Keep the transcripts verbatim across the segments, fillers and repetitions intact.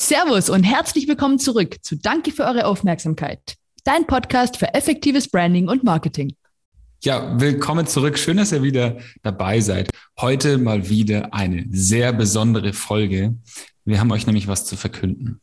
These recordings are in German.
Servus und herzlich willkommen zurück zu Danke für eure Aufmerksamkeit. Dein Podcast für effektives Branding und Marketing. Ja, willkommen zurück. Schön, dass ihr wieder dabei seid. Heute mal wieder eine sehr besondere Folge. Wir haben euch nämlich was zu verkünden.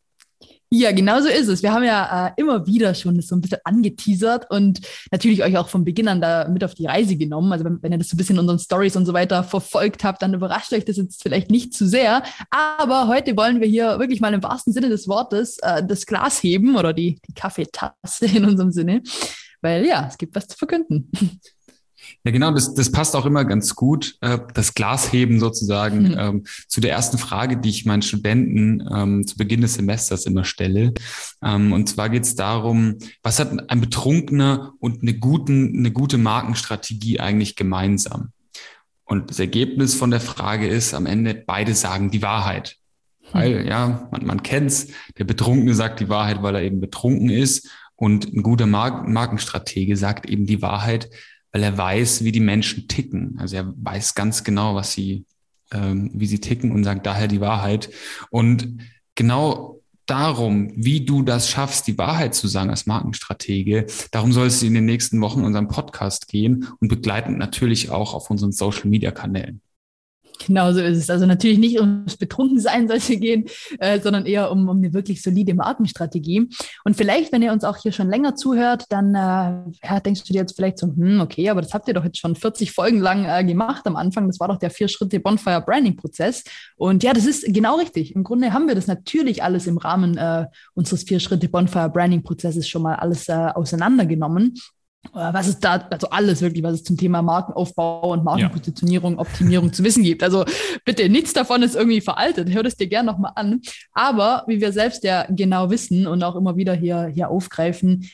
Ja, genau so ist es. Wir haben ja äh, immer wieder schon das so ein bisschen angeteasert und natürlich euch auch von Beginn an da mit auf die Reise genommen. Also wenn, wenn ihr das so ein bisschen in unseren Stories und so weiter verfolgt habt, dann überrascht euch das jetzt vielleicht nicht zu sehr. Aber heute wollen wir hier wirklich mal im wahrsten Sinne des Wortes äh, das Glas heben oder die, die Kaffeetasse in unserem Sinne. Weil ja, es gibt was zu verkünden. Ja, genau, das, das passt auch immer ganz gut, äh, das Glas heben sozusagen, mhm. ähm, zu der ersten Frage, die ich meinen Studenten ähm, zu Beginn des Semesters immer stelle. Ähm, und zwar geht es darum, was hat ein Betrunkener und eine, guten, eine gute Markenstrategie eigentlich gemeinsam? Und das Ergebnis von der Frage ist am Ende, beide sagen die Wahrheit. Weil, ja, man, man kennt's, der Betrunkene sagt die Wahrheit, weil er eben betrunken ist. Und ein guter Mar- Markenstratege sagt eben die Wahrheit, weil er weiß, wie die Menschen ticken. Also er weiß ganz genau, was sie, ähm, wie sie ticken und sagt daher die Wahrheit. Und genau darum, wie du das schaffst, die Wahrheit zu sagen als Markenstratege, darum soll es in den nächsten Wochen in unserem Podcast gehen und begleitend natürlich auch auf unseren Social-Media-Kanälen. Genau so ist es. Also natürlich nicht ums Betrunkensein soll es hier gehen, äh, sondern eher um, um eine wirklich solide Markenstrategie. Und vielleicht, wenn ihr uns auch hier schon länger zuhört, dann äh, ja, denkst du dir jetzt vielleicht so, hm, okay, aber das habt ihr doch jetzt schon vierzig Folgen lang äh, gemacht am Anfang. Das war doch der Vier-Schritte-Bonfire-Branding-Prozess. Und ja, das ist genau richtig. Im Grunde haben wir das natürlich alles im Rahmen äh, unseres Vier-Schritte-Bonfire-Branding-Prozesses schon mal alles äh, auseinandergenommen. Was es da, also alles wirklich, was es zum Thema Markenaufbau und Markenpositionierung, ja. Optimierung zu wissen gibt. Also bitte, nichts davon ist irgendwie veraltet. Hör das dir gerne nochmal an. Aber wie wir selbst ja genau wissen und auch immer wieder hier, hier aufgreifen,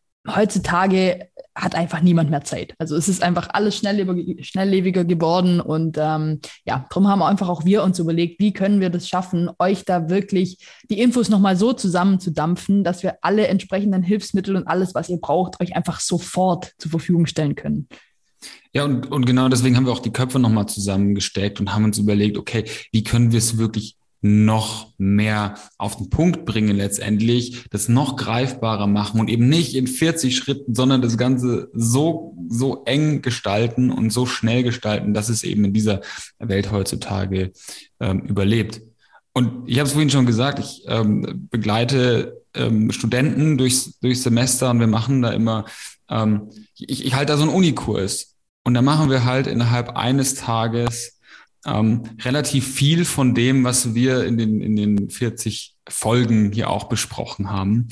heutzutage hat einfach niemand mehr Zeit. Also es ist einfach alles schnelllebiger, schnelllebiger geworden und ähm, ja, darum haben einfach auch wir uns überlegt, wie können wir das schaffen, euch da wirklich die Infos nochmal so zusammenzudampfen, dass wir alle entsprechenden Hilfsmittel und alles, was ihr braucht, euch einfach sofort zur Verfügung stellen können. Ja, und, und genau deswegen haben wir auch die Köpfe nochmal zusammengesteckt und haben uns überlegt, okay, wie können wir es wirklich noch mehr auf den Punkt bringen letztendlich, das noch greifbarer machen und eben nicht in vierzig Schritten, sondern das Ganze so, so eng gestalten und so schnell gestalten, dass es eben in dieser Welt heutzutage ähm, überlebt. Und ich habe es vorhin schon gesagt, ich ähm, begleite ähm, Studenten durchs, durchs Semester und wir machen da immer, ähm, ich, ich halte da so einen Unikurs und da machen wir halt innerhalb eines Tages Ähm, relativ viel von dem, was wir in den, in den vierzig Folgen hier auch besprochen haben.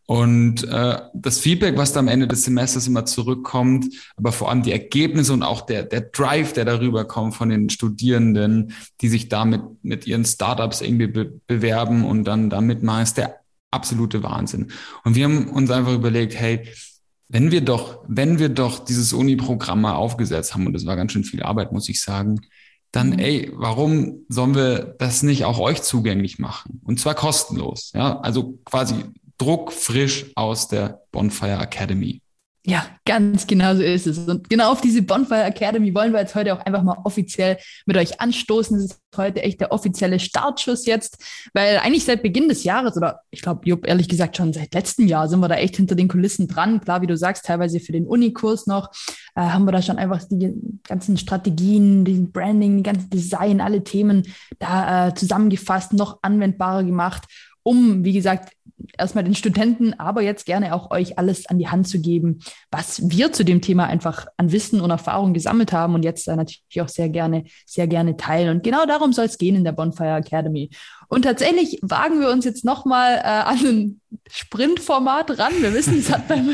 Und äh, das Feedback, was da am Ende des Semesters immer zurückkommt, aber vor allem die Ergebnisse und auch der, der Drive, der darüber kommt von den Studierenden, die sich damit mit ihren Startups irgendwie be- bewerben und dann damit machen, ist der absolute Wahnsinn. Und wir haben uns einfach überlegt, hey, wenn wir doch, wenn wir doch dieses Uni-Programm mal aufgesetzt haben, und das war ganz schön viel Arbeit, muss ich sagen, dann, ey, warum sollen wir das nicht auch euch zugänglich machen? Und zwar kostenlos, ja, also quasi druckfrisch aus der Bonfire Academy. Ja, ganz genau so ist es. Und genau auf diese Bonfire Academy wollen wir jetzt heute auch einfach mal offiziell mit euch anstoßen. Das ist heute echt der offizielle Startschuss jetzt, weil eigentlich seit Beginn des Jahres oder ich glaube, Jupp, ehrlich gesagt schon seit letztem Jahr sind wir da echt hinter den Kulissen dran. Klar, wie du sagst, teilweise für den Unikurs noch, äh, haben wir da schon einfach die ganzen Strategien, den Branding, die ganze Design, alle Themen da äh, zusammengefasst, noch anwendbarer gemacht, um, wie gesagt, erstmal den Studenten, aber jetzt gerne auch euch alles an die Hand zu geben, was wir zu dem Thema einfach an Wissen und Erfahrung gesammelt haben und jetzt äh, natürlich auch sehr gerne, sehr gerne teilen. Und genau darum soll es gehen in der Bonfire Academy. Und tatsächlich wagen wir uns jetzt nochmal äh, an ein Sprintformat ran. Wir wissen, es hat beim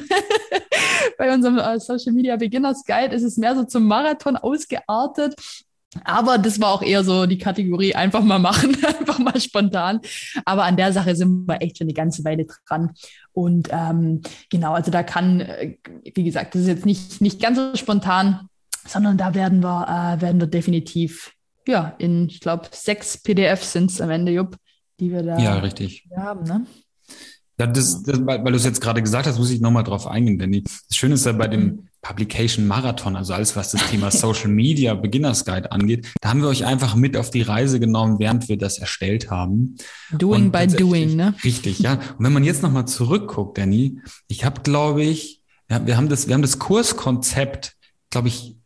bei unserem äh, Social Media Beginners Guide ist es mehr so zum Marathon ausgeartet. Aber das war auch eher so die Kategorie einfach mal machen, einfach mal spontan. Aber an der Sache sind wir echt schon eine ganze Weile dran. Und ähm, genau, also da kann, äh, wie gesagt, das ist jetzt nicht, nicht ganz so spontan, sondern da werden wir, äh, werden wir definitiv, ja, in, ich glaube, sechs P D Fs sind es am Ende, Jupp, die wir da ja, richtig. haben, ne? Ja, das, das, weil, weil du es jetzt gerade gesagt hast, muss ich nochmal drauf eingehen, Danny. Das Schöne ist ja bei dem, Publication Marathon, also alles, was das Thema Social Media Beginners Guide angeht. Da haben wir euch einfach mit auf die Reise genommen, während wir das erstellt haben. Doing by doing, ne? Richtig, ja. Und wenn man jetzt nochmal zurückguckt, Danny, ich habe, glaube ich, ja, wir haben das, wir haben das Kurskonzept, glaube ich,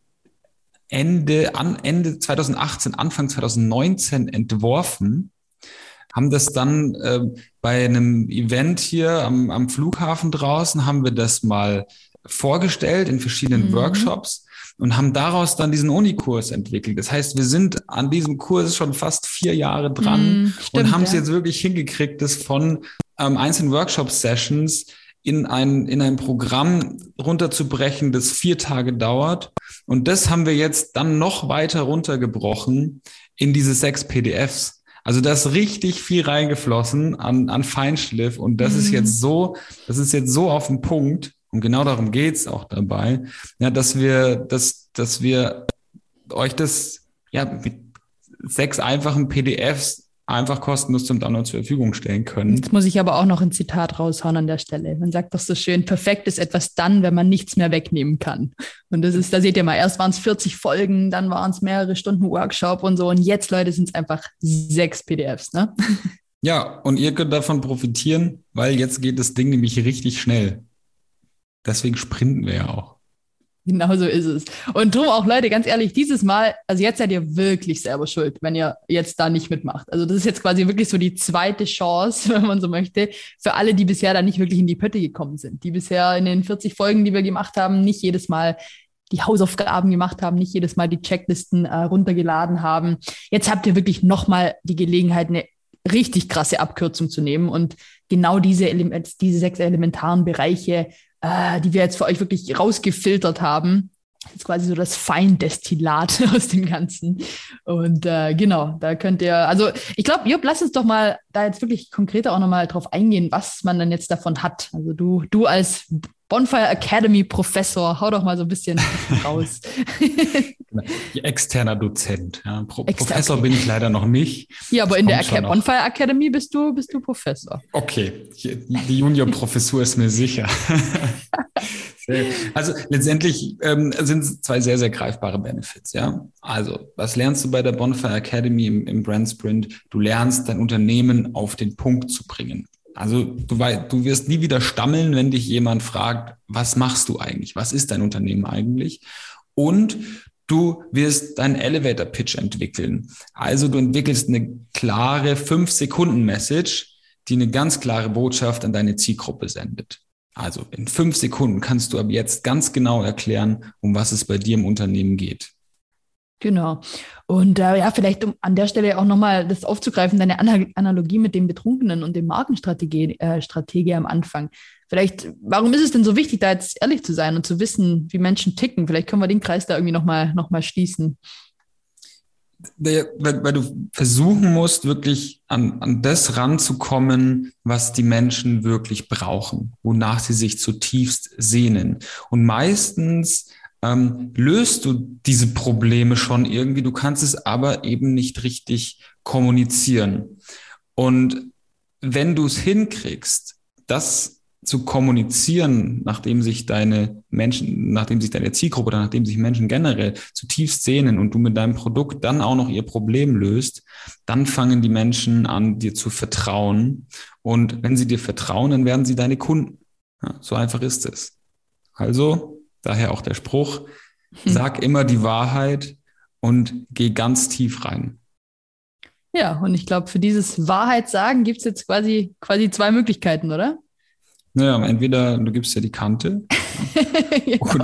Ende, an Ende zwanzig achtzehn, Anfang zwanzig neunzehn entworfen, haben das dann äh, bei einem Event hier am, am Flughafen draußen, haben wir das mal vorgestellt in verschiedenen mhm. Workshops und haben daraus dann diesen Unikurs entwickelt. Das heißt, wir sind an diesem Kurs schon fast vier Jahre dran mhm, stimmt, und haben es ja. jetzt wirklich hingekriegt, das von ähm, einzelnen Workshop-Sessions in ein, in ein Programm runterzubrechen, das vier Tage dauert. Und das haben wir jetzt dann noch weiter runtergebrochen in diese sechs P D Fs. Also da ist richtig viel reingeflossen an, an Feinschliff und das mhm. ist jetzt so, das ist jetzt so auf den Punkt. Und genau darum geht's auch dabei, ja, dass wir, dass, dass wir euch das ja mit sechs einfachen P D Fs einfach kostenlos zum Download zur Verfügung stellen können. Jetzt muss ich aber auch noch ein Zitat raushauen an der Stelle. Man sagt doch so schön, perfekt ist etwas dann, wenn man nichts mehr wegnehmen kann. Und das ist, da seht ihr mal, erst waren es vierzig Folgen, dann waren es mehrere Stunden Workshop und so. Und jetzt, Leute, sind es einfach sechs P D Fs, ne? Ja, und ihr könnt davon profitieren, weil jetzt geht das Ding nämlich richtig schnell. Deswegen sprinten wir ja auch. Genau so ist es. Und drum auch, Leute, ganz ehrlich, dieses Mal, also jetzt seid ihr wirklich selber schuld, wenn ihr jetzt da nicht mitmacht. Also das ist jetzt quasi wirklich so die zweite Chance, wenn man so möchte, für alle, die bisher da nicht wirklich in die Pötte gekommen sind, die bisher in den vierzig Folgen, die wir gemacht haben, nicht jedes Mal die Hausaufgaben gemacht haben, nicht jedes Mal die Checklisten äh, runtergeladen haben. Jetzt habt ihr wirklich nochmal die Gelegenheit, eine richtig krasse Abkürzung zu nehmen und genau diese, Ele- diese sechs elementaren Bereiche, äh, die wir jetzt für euch wirklich rausgefiltert haben. Das ist quasi so das Feindestillat aus dem Ganzen. Und äh, genau, da könnt ihr, also ich glaube, Jupp, lass uns doch mal da jetzt wirklich konkreter auch nochmal drauf eingehen, was man dann jetzt davon hat. Also du, du als Bonfire Academy Professor, hau doch mal so ein bisschen raus. Externer Dozent. Ja. Pro- Exter- Professor okay. bin ich leider noch nicht. Ja, aber das in der Aca- Bonfire Academy bist du, bist du Professor. Okay, die Junior-Professur ist mir sicher. Also letztendlich ähm, sind es zwei sehr, sehr greifbare Benefits. Ja, also was lernst du bei der Bonfire Academy im, im Brand Sprint? Du lernst, dein Unternehmen auf den Punkt zu bringen. Also du, weißt, du wirst nie wieder stammeln, wenn dich jemand fragt, was machst du eigentlich? Was ist dein Unternehmen eigentlich? Und du wirst deinen Elevator-Pitch entwickeln. Also du entwickelst eine klare fünf Sekunden Message, die eine ganz klare Botschaft an deine Zielgruppe sendet. Also in fünf Sekunden kannst du ab jetzt ganz genau erklären, um was es bei dir im Unternehmen geht. Genau. Und äh, ja, vielleicht um an der Stelle auch nochmal das aufzugreifen, deine Ana- Analogie mit dem Betrunkenen und dem Markenstrategie äh, Strategie am Anfang. Vielleicht, warum ist es denn so wichtig, da jetzt ehrlich zu sein und zu wissen, wie Menschen ticken? Vielleicht können wir den Kreis da irgendwie nochmal noch mal schließen. Weil, weil du versuchen musst, wirklich an, an das ranzukommen, was die Menschen wirklich brauchen, wonach sie sich zutiefst sehnen. Und meistens ähm, löst du diese Probleme schon irgendwie, du kannst es aber eben nicht richtig kommunizieren. Und wenn du es hinkriegst, das zu kommunizieren, nachdem sich deine Menschen, nachdem sich deine Zielgruppe oder nachdem sich Menschen generell zutiefst sehnen und du mit deinem Produkt dann auch noch ihr Problem löst, dann fangen die Menschen an, dir zu vertrauen. Und wenn sie dir vertrauen, dann werden sie deine Kunden. Ja, so einfach ist es. Also, daher auch der Spruch, hm. sag immer die Wahrheit und geh ganz tief rein. Ja, und ich glaube, für dieses Wahrheitssagen gibt es jetzt quasi, quasi zwei Möglichkeiten, oder? Naja, entweder du gibst ja die Kante ja. oder,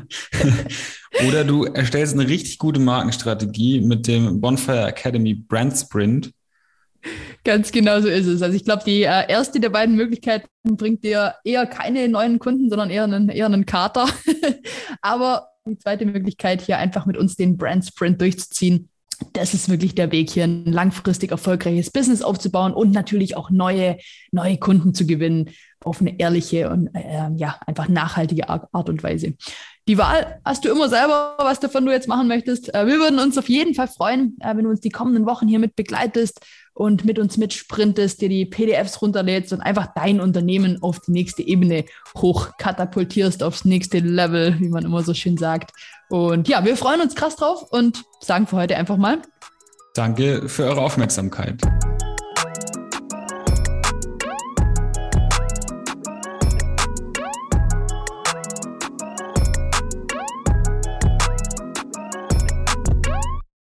oder du erstellst eine richtig gute Markenstrategie mit dem Bonfire Academy Brand Sprint. Ganz genau so ist es. Also ich glaube, die äh, erste der beiden Möglichkeiten bringt dir eher keine neuen Kunden, sondern eher einen, eher einen Kater. Aber die zweite Möglichkeit, hier einfach mit uns den Brand Sprint durchzuziehen, das ist wirklich der Weg, hier ein langfristig erfolgreiches Business aufzubauen und natürlich auch neue, neue Kunden zu gewinnen auf eine ehrliche und äh, ja, einfach nachhaltige Art und Weise. Die Wahl hast du immer selber, was davon du jetzt machen möchtest. Äh, wir würden uns auf jeden Fall freuen, äh, wenn du uns die kommenden Wochen hier mit begleitest und mit uns mitsprintest, dir die P D Fs runterlädst und einfach dein Unternehmen auf die nächste Ebene hochkatapultierst, aufs nächste Level, wie man immer so schön sagt. Und ja, wir freuen uns krass drauf und sagen für heute einfach mal Danke für eure Aufmerksamkeit.